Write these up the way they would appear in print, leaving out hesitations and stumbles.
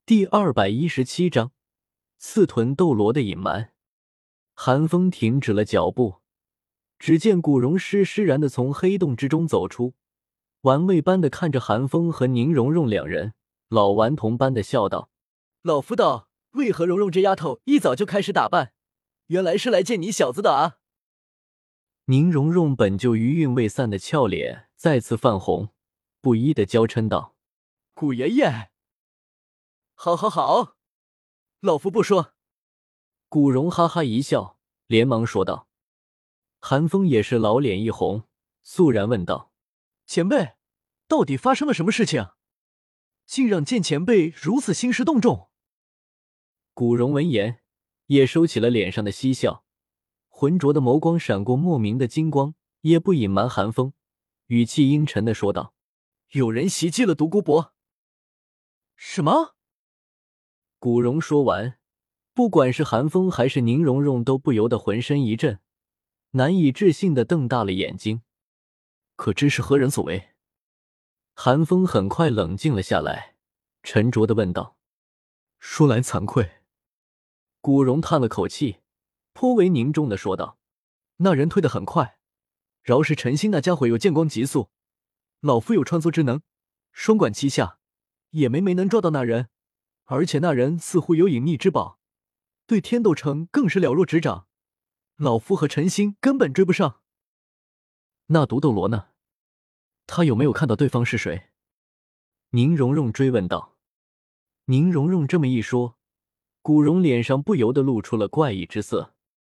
第217章刺豚斗罗的隐瞒。寒风停止了脚步，只见古荣施施然地从黑洞之中走出，玩味般地看着寒风和宁荣荣两人，老顽童般地笑道： 老夫道，为何荣荣这丫头一早就开始打扮？原来是来见你小子的啊！ 宁荣荣本就余韵未散的俏脸再次泛红，不依地娇嗔道： 古爷爷，好好好，老夫不说。 古荣哈哈一笑，连忙说道。寒风也是老脸一红，肃然问道： 前辈，到底发生了什么事情？竟让见前辈如此兴师动众？ 古荣闻言也收起了脸上的嬉笑，浑浊的眸光闪过莫名的金光，也不隐瞒寒风，语气阴沉地说道： 有人袭击了独孤博。什么？ 古荣说完，不管是寒风还是宁荣荣都不由得浑身一震，难以置信地瞪大了眼睛。 可知是何人所为？ 寒风很快冷静了下来，沉着地问道。 说来惭愧。 古荣叹了口气，颇为凝重地说道： 那人推得很快，饶是陈星那家伙有剑光极速，老夫有穿梭之能，双管齐下，也没能抓到那人。而且那人似乎有隐匿之宝，对天斗城更是了若指掌，老夫和陈星根本追不上。 那毒斗罗呢？他有没有看到对方是谁？宁荣荣追问道。宁荣荣这么一说，古荣脸上不由得露出了怪异之色。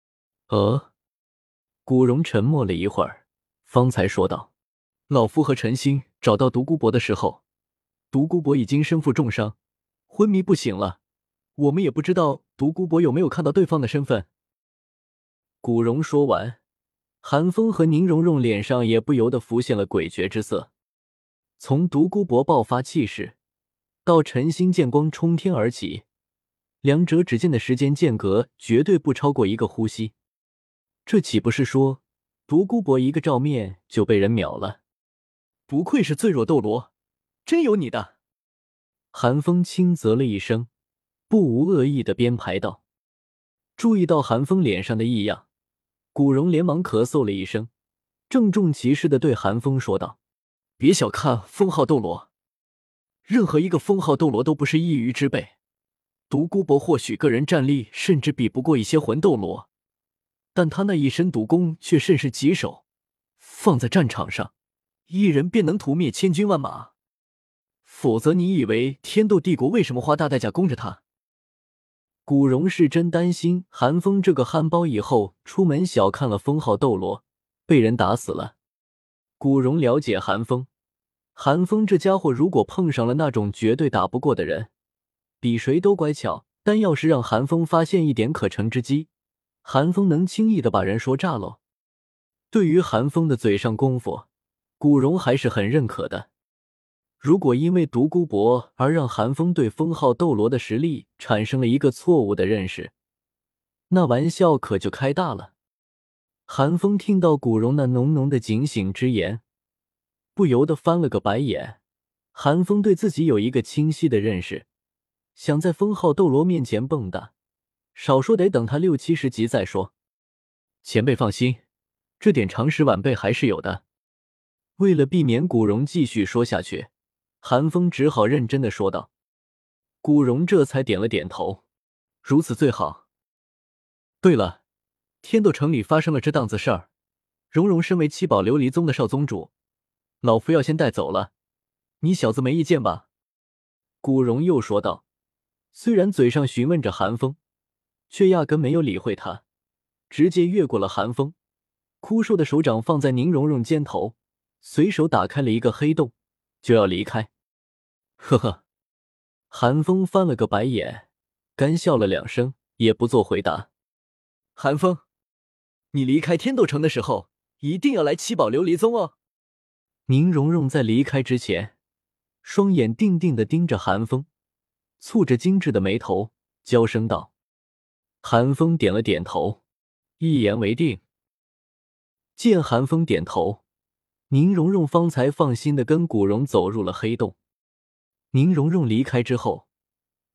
古荣沉默了一会儿，方才说道： 老夫和陈星找到独孤博的时候，独孤博已经身负重伤，昏迷不醒了，我们也不知道独孤博有没有看到对方的身份。 古荣说完，寒风和宁荣荣脸上也不由得浮现了诡谲之色。从独孤博爆发气势到陈星剑光冲天而起，两者之间的时间间隔绝对不超过一个呼吸，这岂不是说独孤博一个照面就被人秒了？ 不愧是最弱斗罗，真有你的！ 寒风轻啧了一声，不无恶意的编排道。注意到寒风脸上的异样，古荣连忙咳嗽了一声，郑重其事地对寒风说道： 别小看封号斗罗，任何一个封号斗罗都不是一隅之辈。独孤博或许个人战力甚至比不过一些魂斗罗，但他那一身毒功却甚是棘手，放在战场上，一人便能屠灭千军万马。否则你以为天斗帝国为什么花大代价攻着他？ 古荣是真担心寒风这个憨包以后出门小看了封号斗罗，被人打死了。古荣了解寒风，寒风这家伙如果碰上了那种绝对打不过的人，比谁都乖巧，但要是让寒风发现一点可乘之机，寒风能轻易的把人说炸喽。对于寒风的嘴上功夫，古荣还是很认可的。如果因为独孤博而让寒风对封号斗罗的实力产生了一个错误的认识，那玩笑可就开大了。寒风听到古荣那浓浓的警醒之言，不由得翻了个白眼。寒风对自己有一个清晰的认识，想在封号斗罗面前蹦跶，少说得等他60、70级再说。前辈放心，这点常识晚辈还是有的。为了避免古荣继续说下去，寒风只好认真地说道。古荣这才点了点头，如此最好。对了，天斗城里发生了这档子事儿，荣荣身为七宝琉璃宗的少宗主，老夫要先带走了，你小子没意见吧？古荣又说道，虽然嘴上询问着寒风，却压根没有理会他，直接越过了寒风，枯瘦的手掌放在宁荣荣肩头，随手打开了一个黑洞，就要离开。呵呵，寒风翻了个白眼，干笑了2声，也不做回答。 寒风，你离开天斗城的时候，一定要来七宝琉璃宗哦。 宁荣荣在离开之前，双眼定定地盯着寒风，蹙着精致的眉头，娇声道。寒风点了点头，一言为定。见寒风点头，宁荣荣方才放心地跟古荣走入了黑洞。宁荣荣离开之后，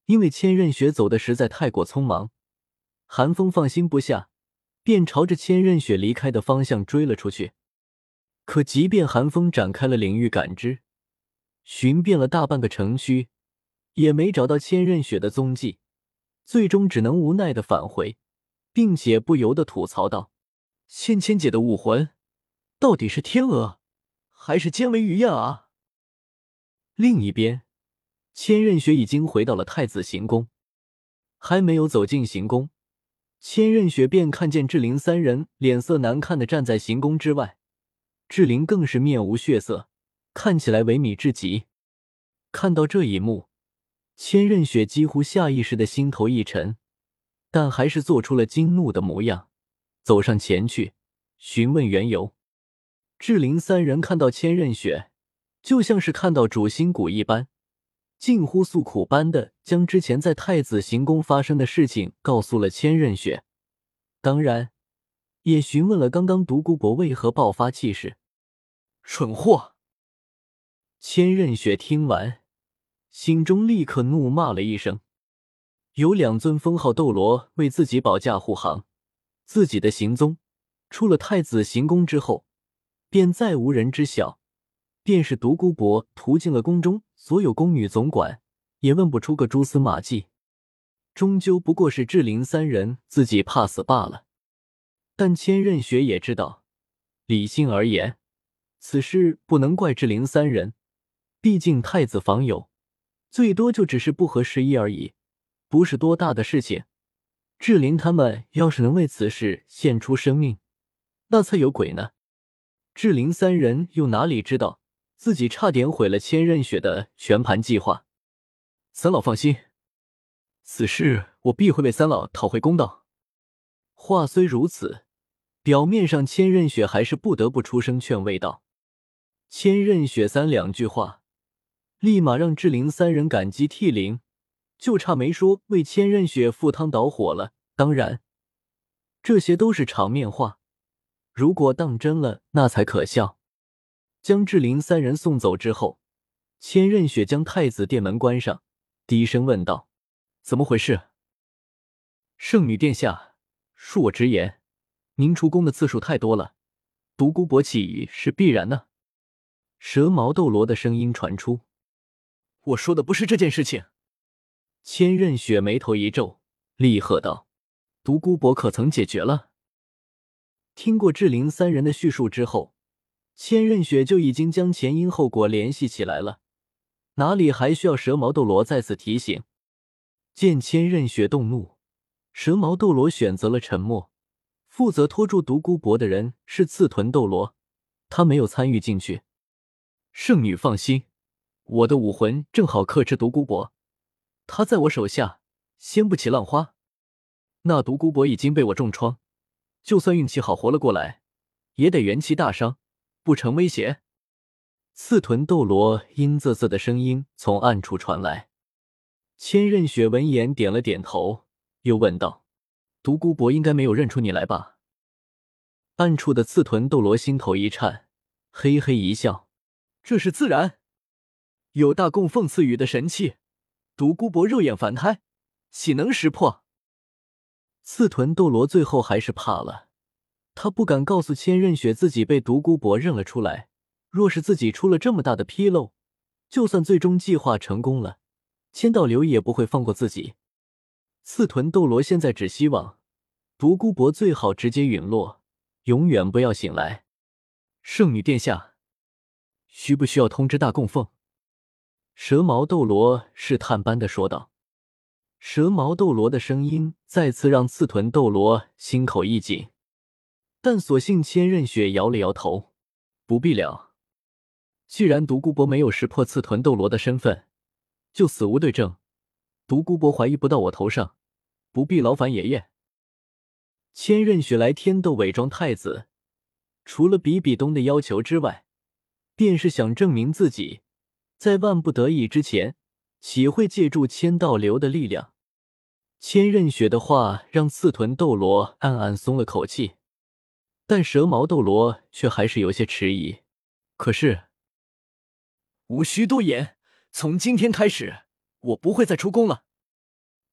因为千仞雪走的实在太过匆忙，韩风放心不下，便朝着千仞雪离开的方向追了出去。可即便韩风展开了领域感知，寻遍了大半个城区，也没找到千仞雪的踪迹，最终只能无奈的返回，并且不由得吐槽道： 芊芊姐的武魂到底是天鹅还是尖尾鱼燕啊？ 另一边，千仞雪已经回到了太子行宫，还没有走进行宫，千仞雪便看见志玲三人脸色难看的站在行宫之外，志玲更是面无血色，看起来萎靡至极。看到这一幕，千仞雪几乎下意识的心头一沉，但还是做出了惊怒的模样，走上前去询问缘由。志玲三人看到千仞雪，就像是看到主心骨一般，近乎诉苦般的将之前在太子行宫发生的事情告诉了千仞雪，当然也询问了刚刚独孤博为何爆发气势。 蠢货！ 千仞雪听完，心中立刻怒骂了一声。有2尊封号斗罗为自己保驾护航，自己的行踪出了太子行宫之后，便再无人知晓。便是独孤博屠尽了宫中所有宫女总管，也问不出个蛛丝马迹。终究不过是志玲三人自己怕死罢了。但千仞雪也知道，理性而言，此事不能怪志玲三人，毕竟太子访友，最多就只是不合时宜而已，不是多大的事情。志玲他们要是能为此事献出生命，那才有鬼呢。志玲三人又哪里知道自己差点毁了千仞雪的全盘计划。 三老放心，此事我必会为三老讨回公道。 话虽如此，表面上千仞雪还是不得不出声劝慰道。千仞雪3-2句话，立马让志玲三人感激涕零，就差没说为千仞雪赴汤蹈火了。当然，这些都是场面话，如果当真了，那才可笑。将志玲三人送走之后，千仞雪将太子殿门关上，低声问道： 怎么回事？圣女殿下，恕我直言，您出宫的次数太多了，独孤博起疑是必然呢。 蛇矛斗罗的声音传出。 我说的不是这件事情。 千仞雪眉头一皱，厉喝道：独孤博可曾解决了？听过志玲三人的叙述之后，千仞雪就已经将前因后果联系起来了，哪里还需要蛇矛斗罗再次提醒。见千仞雪动怒，蛇矛斗罗选择了沉默。负责拖住独孤博的人是刺豚斗罗，他没有参与进去。 圣女放心，我的武魂正好克制独孤博，他在我手下掀不起浪花。那独孤博已经被我重创，就算运气好活了过来，也得元气大伤，不成威胁。 刺豚斗罗阴恻恻的声音从暗处传来。千仞雪闻言点了点头，又问道：独孤博应该没有认出你来吧？暗处的刺豚斗罗心头一颤，嘿嘿一笑： 这是自然，有大供奉赐予的神器，独孤博肉眼凡胎，岂能识破？ 刺豚斗罗最后还是怕了，他不敢告诉千仞雪自己被独孤博认了出来，若是自己出了这么大的纰漏，就算最终计划成功了，千道流也不会放过自己。刺豚斗罗现在只希望独孤博最好直接陨落，永远不要醒来。 圣女殿下，需不需要通知大供奉？ 蛇矛斗罗试探般的说道。蛇矛斗罗的声音再次让刺豚斗罗心口一紧，但所幸千仞雪摇了摇头：不必了。既然独孤博没有识破刺豚斗罗的身份，就死无对证，独孤博怀疑不到我头上，不必劳烦爷爷。千仞雪来天斗伪装太子，除了比比东的要求之外，便是想证明自己在万不得已之前岂会借助千道流的力量。千仞雪的话让刺豚斗罗暗暗松了口气，但蛇矛斗罗却还是有些迟疑。可是无需多言，从今天开始，我不会再出宫了。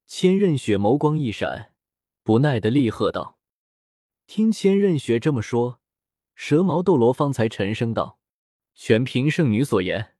千仞雪眸光一闪，不耐地厉喝道。听千仞雪这么说，蛇矛斗罗方才沉声道：全凭圣女所言。